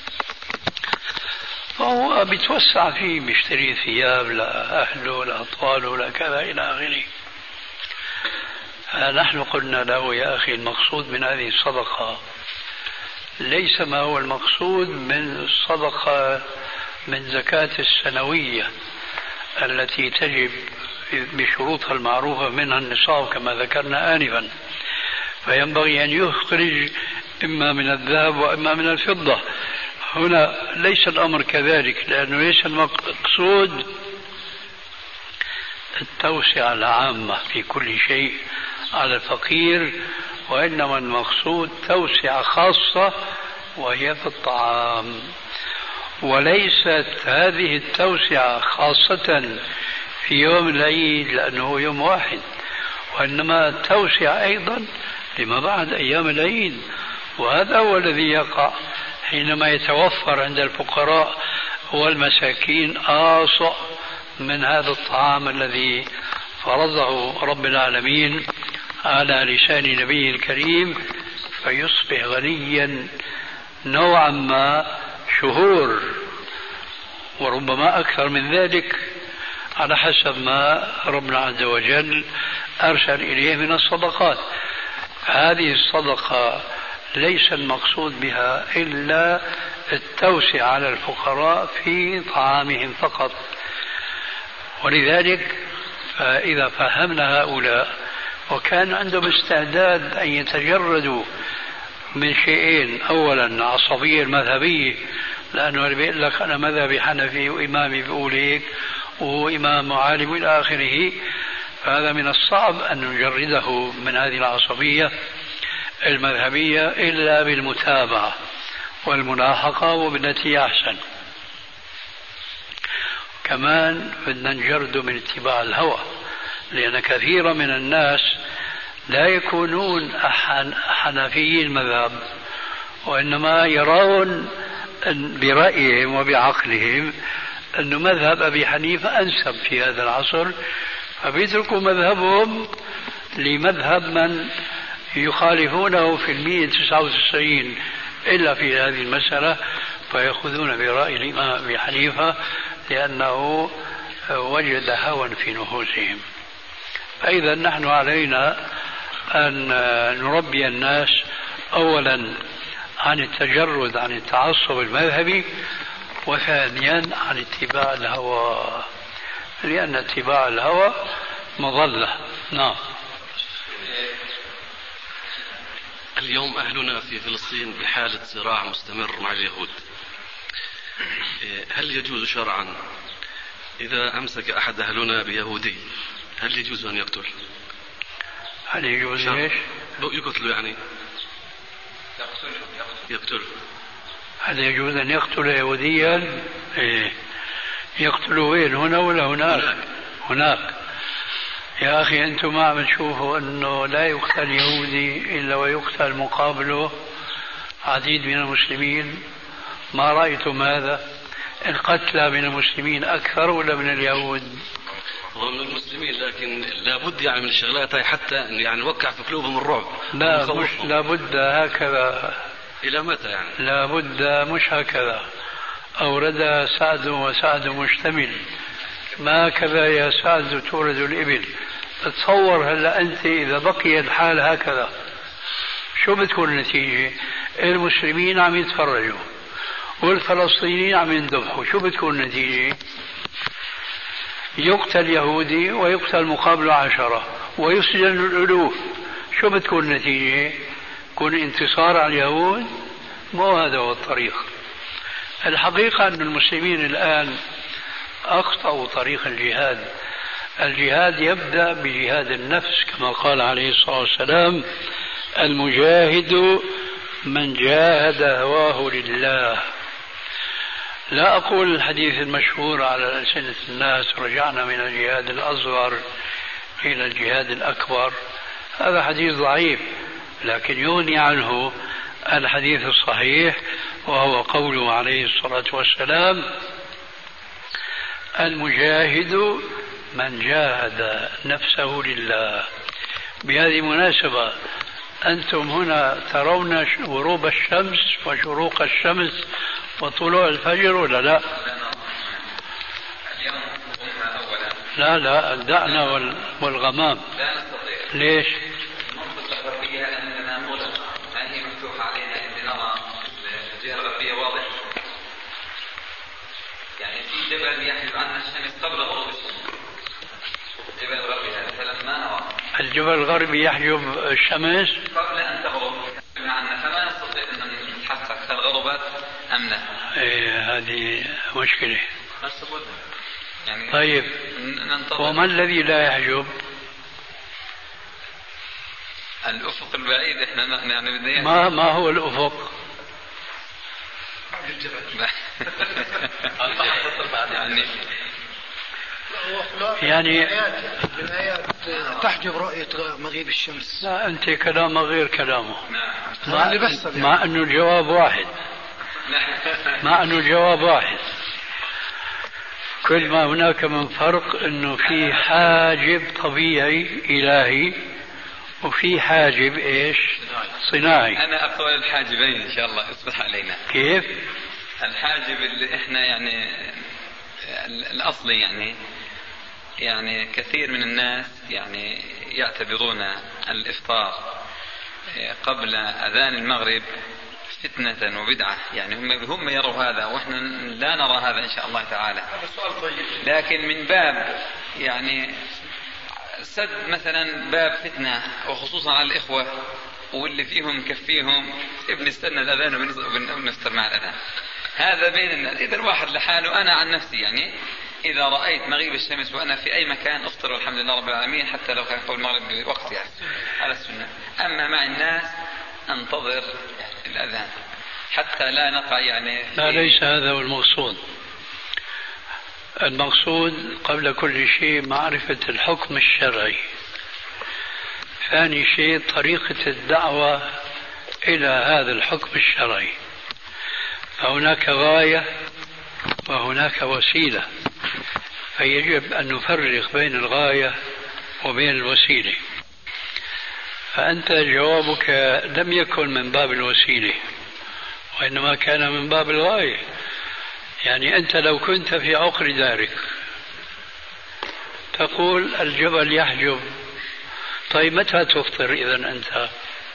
فهو بيتوسع فيه، بيشتري ثياب لأهله لأطفاله لكذا إلى آخره. نحن قلنا له يا أخي المقصود من هذه الصدقة ليس ما هو المقصود من الصدقة من زكاة السنوية التي تجب بشروطها المعروفة منها النصاب كما ذكرنا آنفا، فينبغي أن يخرج إما من الذهب وإما من الفضة. هنا ليس الأمر كذلك، لأنه ليس المقصود التوسعة العامة في كل شيء على الفقير، وإنما المقصود توسعة خاصة وهي في الطعام. وليست هذه التوسعة خاصة في يوم العيد لأنه يوم واحد، وإنما التوسعة أيضا لما بعد أيام العيد. وهذا هو الذي يقع حينما يتوفر عند الفقراء والمساكين آصع من هذا الطعام الذي فرضه رب العالمين على لسان نبيه الكريم، فيصبح غنيا نوعا ما شهور وربما أكثر من ذلك على حسب ما ربنا عز وجل أرسل إليه من الصدقات. هذه الصدقة ليس المقصود بها إلا التوسع على الفقراء في طعامهم فقط. ولذلك فإذا فهمنا هؤلاء وكان عندهم استعداد أن يتجردوا من شيئين، أولا عصبية المذهبية، لأنه اللي بيقول لك أنا مذهبي حنفي وإمامي بيقول هيك وهو إمام عالم إلى آخره، فهذا من الصعب أن نجرده من هذه العصبية المذهبية إلا بالمتابعة والملاحقة وبالتي أحسن. كمان بدنا نجرده من اتباع الهوى، لأن كثيرا من الناس لا يكونون حنفيي المذهب، وإنما يرون برأيهم وبعقلهم أن مذهب أبي حنيفة أنسب في هذا العصر، فبيتركوا مذهبهم لمذهب من يخالفونه في 199 إلا في هذه المسألة، فيأخذون برأي الإمام أبي حنيفة لأنه وجد هوى في نفوسهم. فإذا نحن علينا أن نربي الناس أولا عن التجرد عن التعصب المذهبي، وثانيا عن اتباع الهوى، لأن اتباع الهوى مضلة. نعم. اليوم أهلنا في فلسطين بحالة صراع مستمر مع اليهود. هل يجوز شرعا إذا أمسك أحد أهلنا بيهودي هل يجوز أن يقتل؟ هل يجوز ايش؟ يقتل يعني يقتل. هل يجوز أن يقتل يهوديا؟ إيه. يقتل وين؟ هنا ولا هناك؟ هناك. يا أخي أنتم ما عم تشوفوا أنه لا يقتل يهودي إلا ويقتل مقابله عديد من المسلمين؟ ما رأيتم هذا؟ القتلى من المسلمين أكثر ولا من اليهود؟ هو من المسلمين، لكن لابد يعني من الشغلات هاي حتى يعني نوقع في قلوبهم الرعب. لا مش لابد هكذا. إلى متى يعني؟ لابد مش هكذا. أوردها سعد وسعد مشتمل. ما كذا يا سعد تورد الإبل. تصور هلا أنت إذا بقي الحال هكذا شو بتكون النتيجة؟ المسلمين عم يتفرجوا والفلسطينيين عم يندبحوا، شو بتكون النتيجة؟ يقتل يهودي ويقتل مقابله 10 ويسجن الألوف، شو بتكون النتيجة؟ يكون انتصار على اليهود؟ مو هذا هو الطريق. الحقيقة أن المسلمين الآن أخطأوا طريق الجهاد. الجهاد يبدأ بجهاد النفس كما قال عليه الصلاة والسلام: المجاهد من جاهد هواه لله. لا أقول الحديث المشهور على ألسنة الناس: رجعنا من الجهاد الأصغر إلى الجهاد الأكبر، هذا حديث ضعيف، لكن يغني عنه الحديث الصحيح، وهو قوله عليه الصلاة والسلام: المجاهد من جاهد نفسه لله. بهذه المناسبة أنتم هنا ترون غروب الشمس وشروق الشمس وطلوع الفجر ولا لا؟ لا لا، دعنا والغمام. لا نستطيع. ليش؟ المنطقة الغربية عندنا مغلقة، ما هي مفتوحة علينا إن نرى الجهة الغربية واضحة. يعني في جبل يحجب عنا الشمس قبل غروب الشمس. الجبل الغربي هذا فلما نرى. الجبل الغربي يحجب الشمس قبل أن تغرب عنا، فما نستطيع أن نتحقق هل غربت أم لا. إيه، هذه مشكلة. يعني طيب، وما الذي لا يحجب؟ الأفق البعيد. إحنا يعني بدنا ما هو الأفق؟ يعني تحجب رؤية مغيب الشمس. لا، أنت كلامك غير كلامه. مع أنه الجواب واحد. مع أنه الجواب واحد. كل ما هناك من فرق أنه في حاجب طبيعي إلهي وفي حاجب إيش؟ صناعي. أنا أقول الحاجبين إن شاء الله يصبح علينا. كيف؟ الحاجب اللي إحنا يعني الأصلي يعني كثير من الناس يعني يعتبرون الإفطار قبل أذان المغرب فتنة وبدعة، يعني هم يروا هذا وإحنا لا نرى هذا إن شاء الله تعالى. لكن من باب يعني سد مثلا باب فتنة، وخصوصا على الإخوة واللي فيهم كفيهم بنستنى الأذان وبنفطر مع الأذان. هذا بين الناس. إذا الواحد لحاله، أنا عن نفسي يعني إذا رأيت مغيب الشمس وأنا في أي مكان أفطر والحمد لله رب العالمين، حتى لو كان قبل المغرب بوقت يعني على السنة. أما مع الناس أنتظر الأذان حتى لا نقع يعني لا، ليس هذا هو المقصود. المقصود قبل كل شيء معرفة الحكم الشرعي. ثاني شيء طريقة الدعوة إلى هذا الحكم الشرعي. فهناك غاية وهناك وسيلة، فيجب أن نفرق بين الغاية وبين الوسيلة. فأنت جوابك لم يكن من باب الوسيلة وإنما كان من باب الغاية. يعني أنت لو كنت في عقر دارك تقول الجبل يحجب، طيب متى تفطر إذا أنت؟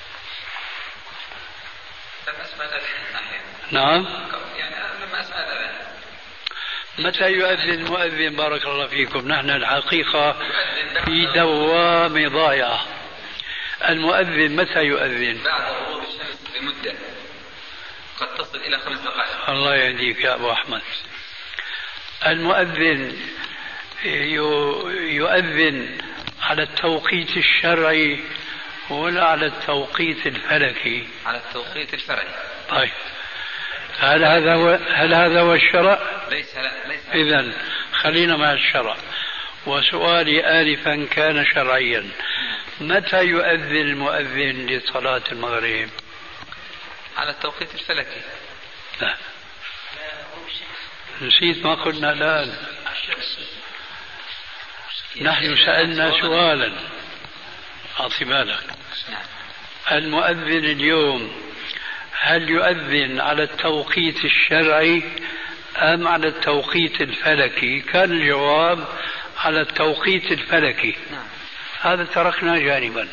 نعم، يعني لما أسمع الأذان. متى يؤذن المؤذن؟ بارك الله فيكم. نحن الحقيقة في دوامة ضائعة. المؤذن متى يؤذن؟ بعد غروب الشمس بمدة قد تصل إلى 5 دقائق. الله يهديك يا أبو أحمد. المؤذن يؤذن على التوقيت الشرعي ولا على التوقيت الفلكي؟ على التوقيت الفرعي. طيب، هل هذا هو الشرع؟ ليس. إذن خلينا مع الشرع. وسؤالي آنفا كان شرعيا. متى يؤذن المؤذن لصلاة المغرب؟ على التوقيت الفلكي. لا، نسيت ما قلنا الآن. نحن سألنا سؤالا، أعطي بالك. المؤذن اليوم هل يؤذن على التوقيت الشرعي أم على التوقيت الفلكي؟ كان الجواب على التوقيت الفلكي. هذا تركنا جانبا.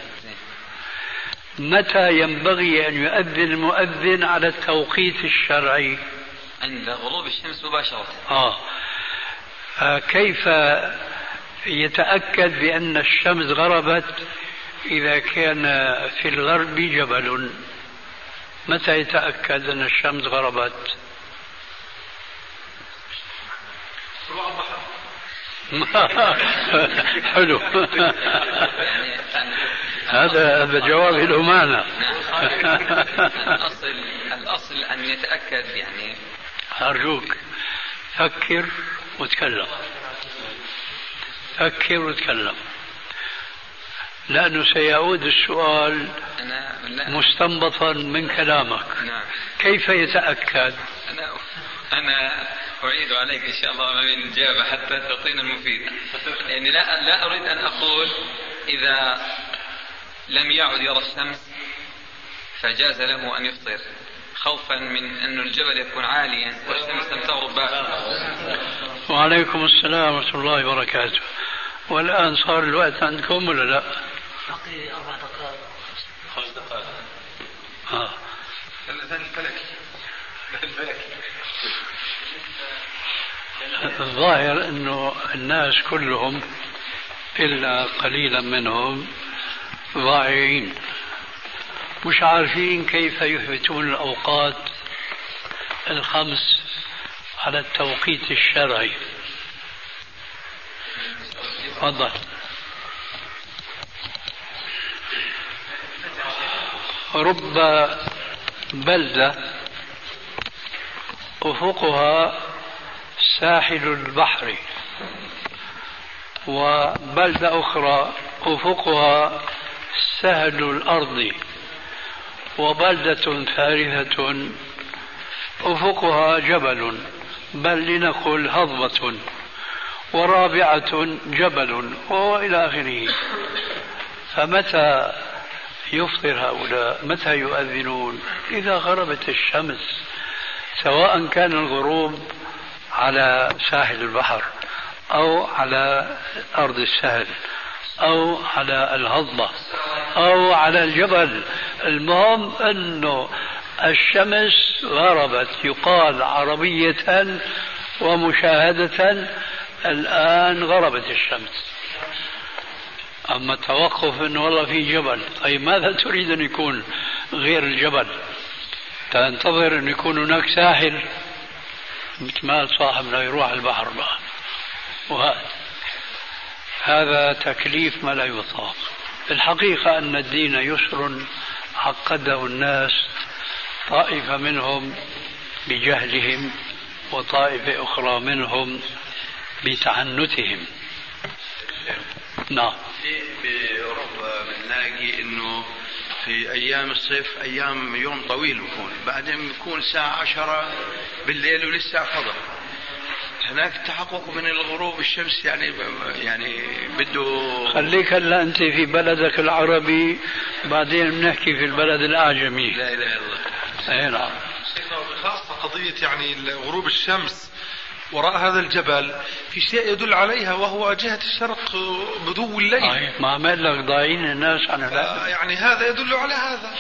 متى ينبغي أن يؤذن المؤذن على التوقيت الشرعي؟ عند غروب الشمس مباشرة. كيف يتأكد بأن الشمس غربت إذا كان في الغرب جبل؟ متى يتأكد أن الشمس غربت؟ حلو. هذا جواب له معنى. الأصل أن يتأكد يعني. أرجوك فكر وتكلم، فكر وتكلم، لأنه سيعود السؤال مستنبطا من كلامك. كيف يتأكد؟ أنا أعيد عليك إن شاء الله ما بين الإجابة حتى تعطينا المفيد. يعني لا أريد أن أقول إذا لم يعد يرى الشمس فجاز له أن يفطر، خوفا من أن الجبل يكون عاليا والشمس لم تغرب بعد. وعليكم السلام ورحمة الله وبركاته. والآن صار الوقت عندكم ولا لا؟ بقي 4 دقائق 5 دقائق. الظاهر أنه الناس كلهم إلا قليلا منهم ضائعين، مش عارفين كيف يثبتون الأوقات الخمس على التوقيت الشرعي. تفضل. رب بلدة أفقها ساحل البحر، وبلدة أخرى أفقها سهل الأرض، وبلدة ثالثة أفقها جبل، بل لنقل هضبة، ورابعة جبل، وإلى آخره. فمتى يفطر هؤلاء؟ متى يؤذنون؟ إذا غربت الشمس، سواء كان الغروب على ساحل البحر أو على أرض السهل أو على الهضبة أو على الجبل. المهم أنه الشمس غربت، يقال عربية ومشاهدة الآن غربت الشمس. أما التوقف أنه والله في جبل، طيب ماذا تريد أن يكون غير الجبل؟ تنتظر أن يكون هناك ساحل مثل ما صاحبنا يروح البحر بقى. هذا تكليف ما لا يطاق. الحقيقة أن الدين يسر عقده الناس، طائفة منهم بجهلهم وطائفة أخرى منهم بتعنتهم. نعم. بأوروبا بنلاقي إنه في أيام الصيف أيام يوم طويل بيكون، بعدين بيكون الساعة 10 بالليل ولسه فضل. هناك تحقق من الغروب الشمس يعني بده. خليك هلا أنت في بلدك العربي، بعدين بنحكي في البلد الأعجمي. لا إله إلا الله. أي نعم. خاصة قضية يعني غروب الشمس وراء هذا الجبل في شيء يدل عليها، وهو جهة الشرق بدو الليل. ما عمل لك ضايعين الناس عن هذا. يعني هذا يدل على هذا.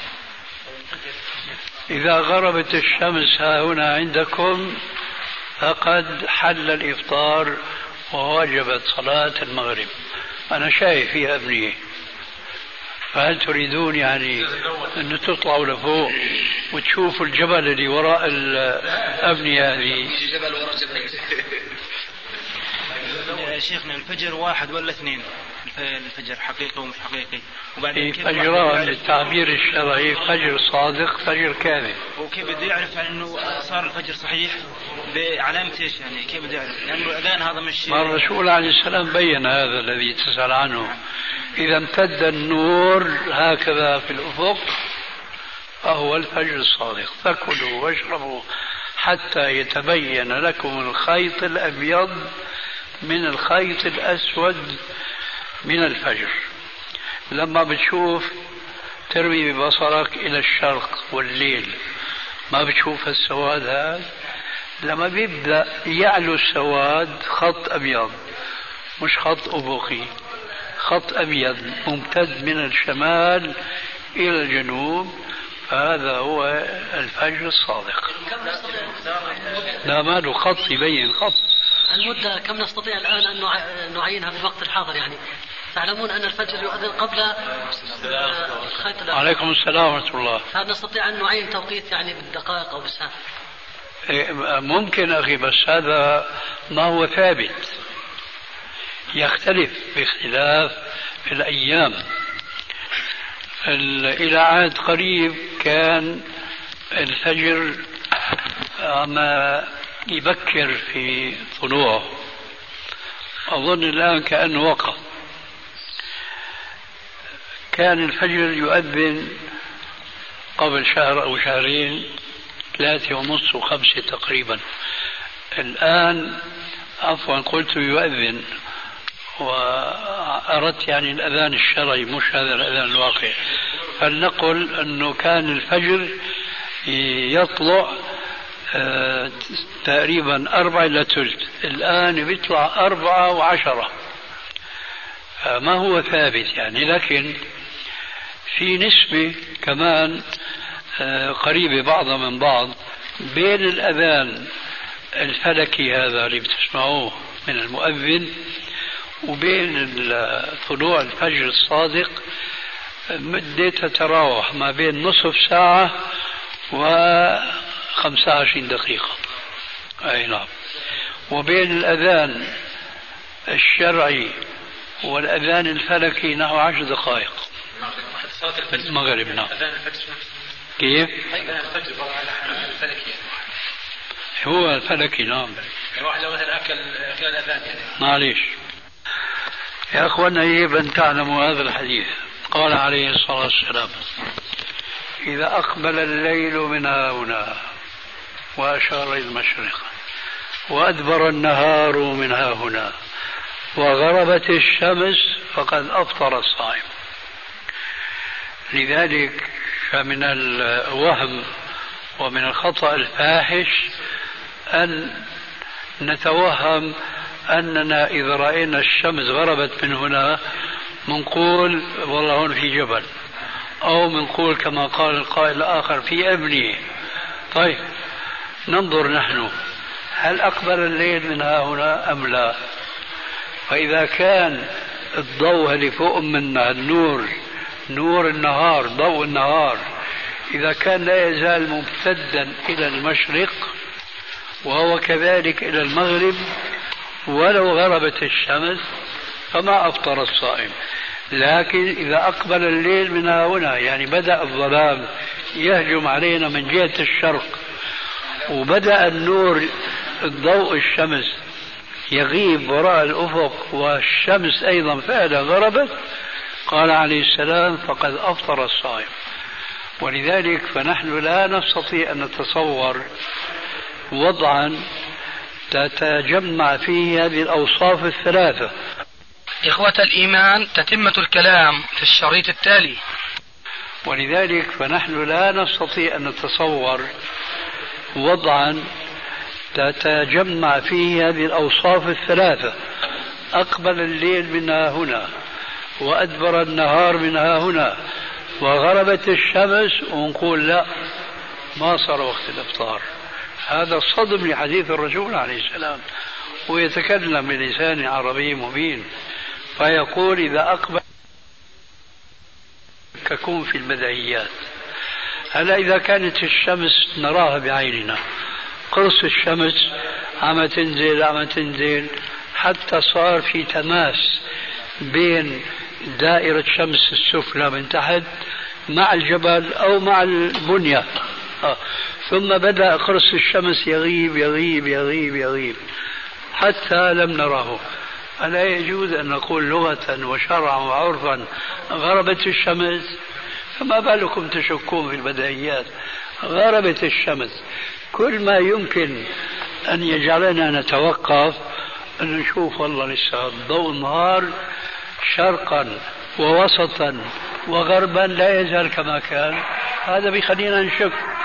إذا غربت الشمس ها هنا عندكم فقد حل الإفطار ووجبت صلاة المغرب. أنا شايف فيها أبنية، فهل تريدون يعني أن تطلعوا لفوق وتشوفوا الجبل اللي وراء الأبنية هذه؟ جبل وراء جبل. شيخنا الفجر 1 ولا 2؟ الفجر حقيقي ومش حقيقي؟ وبعدين في فجران للتعبير الشرعي، فجر صادق فجر كاذب. وكيف بده يعرف يعني انه صار الفجر صحيح بعلامة ايش يعني؟ كيف بده يعرف؟ لانه الاذان هذا مش ما الرسول عليه السلام بين هذا الذي تسأل عنه. اذا امتد النور هكذا في الافق فهو الفجر الصادق. فكلوا واشربوا حتى يتبين لكم الخيط الابيض من الخيط الاسود من الفجر. لما بتشوف ترمي ببصرك الى الشرق والليل ما بتشوف السواد هذا. لما بيبدأ يعلو السواد خط ابيض، مش خط افقي، خط ابيض ممتد من الشمال الى الجنوب، فهذا هو الفجر الصادق. لا ماله خط يبين خط. المدة كم نستطيع الآن أن نعينها في الوقت الحاضر يعني؟ تعلمون أن الفجر يؤذن قبل خيط. عليكم السلام ورحمة الله. هل نستطيع أن نعين توقيت يعني بالدقائق أو بالساعات؟ ممكن أخي، بس هذا ما هو ثابت، يختلف باختلاف في الأيام. إلى عهد قريب كان الفجر ما يبكر في طلوعه، أظن الآن كأنه وقف. كان الفجر يؤذن قبل شهر أو شهرين 3:30 و5 تقريبا. الآن عفوا قلت يؤذن وأردت يعني الأذان الشرعي مش هذا الأذان الواقع. فلنقل أنه كان الفجر يطلع تقريبا 4:45، الآن بيطلع 4:10. ما هو ثابت يعني، لكن في نسبة كمان قريبة بعضها من بعض بين الأذان الفلكي هذا اللي بتسمعوه من المؤذن وبين طلوع الفجر الصادق مدة تتراوح ما بين نصف ساعة و25 دقيقة. أي نعم. وبين الأذان الشرعي والأذان الفلكي نحو 10 دقائق. المغرب. نعم. كيف؟ هو الفلكي. نعم. الواحد لو مثلا أكل الأذان يعني. معليش يا أخوانا، يجب أن تعلموا هذا الحديث. قال عليه الصلاة والسلام: إذا أقبل الليل من هنا وأشار إلى المشرق وأدبر النهار من هنا وغربت الشمس فقد أفطر الصائم. لذلك فمن الوهم ومن الخطأ الفاحش أن نتوهم أننا إذا رأينا الشمس غربت من هنا منقول والله هون في جبل، أو منقول كما قال القائل الآخر في أبنية. طيب ننظر نحن هل أقبل الليل من هنا أم لا؟ فإذا كان الضوء اللي فوق منا النور، نور النهار، ضوء النهار، إذا كان لا يزال ممتدا إلى المشرق وهو كذلك إلى المغرب ولو غربت الشمس فما أفطر الصائم. لكن إذا أقبل الليل من هنا يعني بدأ الظلام يهجم علينا من جهة الشرق وبدأ النور الضوء الشمس يغيب وراء الأفق والشمس أيضا فعلا غربت، قال عليه السلام: فقد أفطر الصائم. ولذلك فنحن لا نستطيع أن نتصور وضعا تتجمع فيه هذه الأوصاف الثلاثة. إخوة الإيمان، تتمة الكلام في الشريط التالي. ولذلك فنحن لا نستطيع أن نتصور وضعا تتجمع فيه هذه الأوصاف الثلاثة: أقبل الليل منها هنا وأدبر النهار منها هنا وغربت الشمس، ونقول لا ما صار وقت الإفطار. هذا صدم لحديث الرسول عليه السلام، ويتكلم بلسان عربي مبين، فيقول: إذا أقبل ككون في البديهيات. هلا إذا كانت الشمس نراها بعيننا، قرص الشمس عم تنزل حتى صار في تماس بين دائرة شمس السفلى من تحت مع الجبل أو مع البنية. ثم بدأ قرص الشمس يغيب يغيب يغيب يغيب حتى لم نره. ألا يجوز أن نقول لغة وشرعا وعرفا غربت الشمس؟ فما بالكم تشكون في البديهيات؟ غربت الشمس. كل ما يمكن أن يجعلنا نتوقف أن نشوف والله لسه ضوء النهار شرقا ووسطا وغربا لا يزال كما كان، هذا بيخلينا نشك.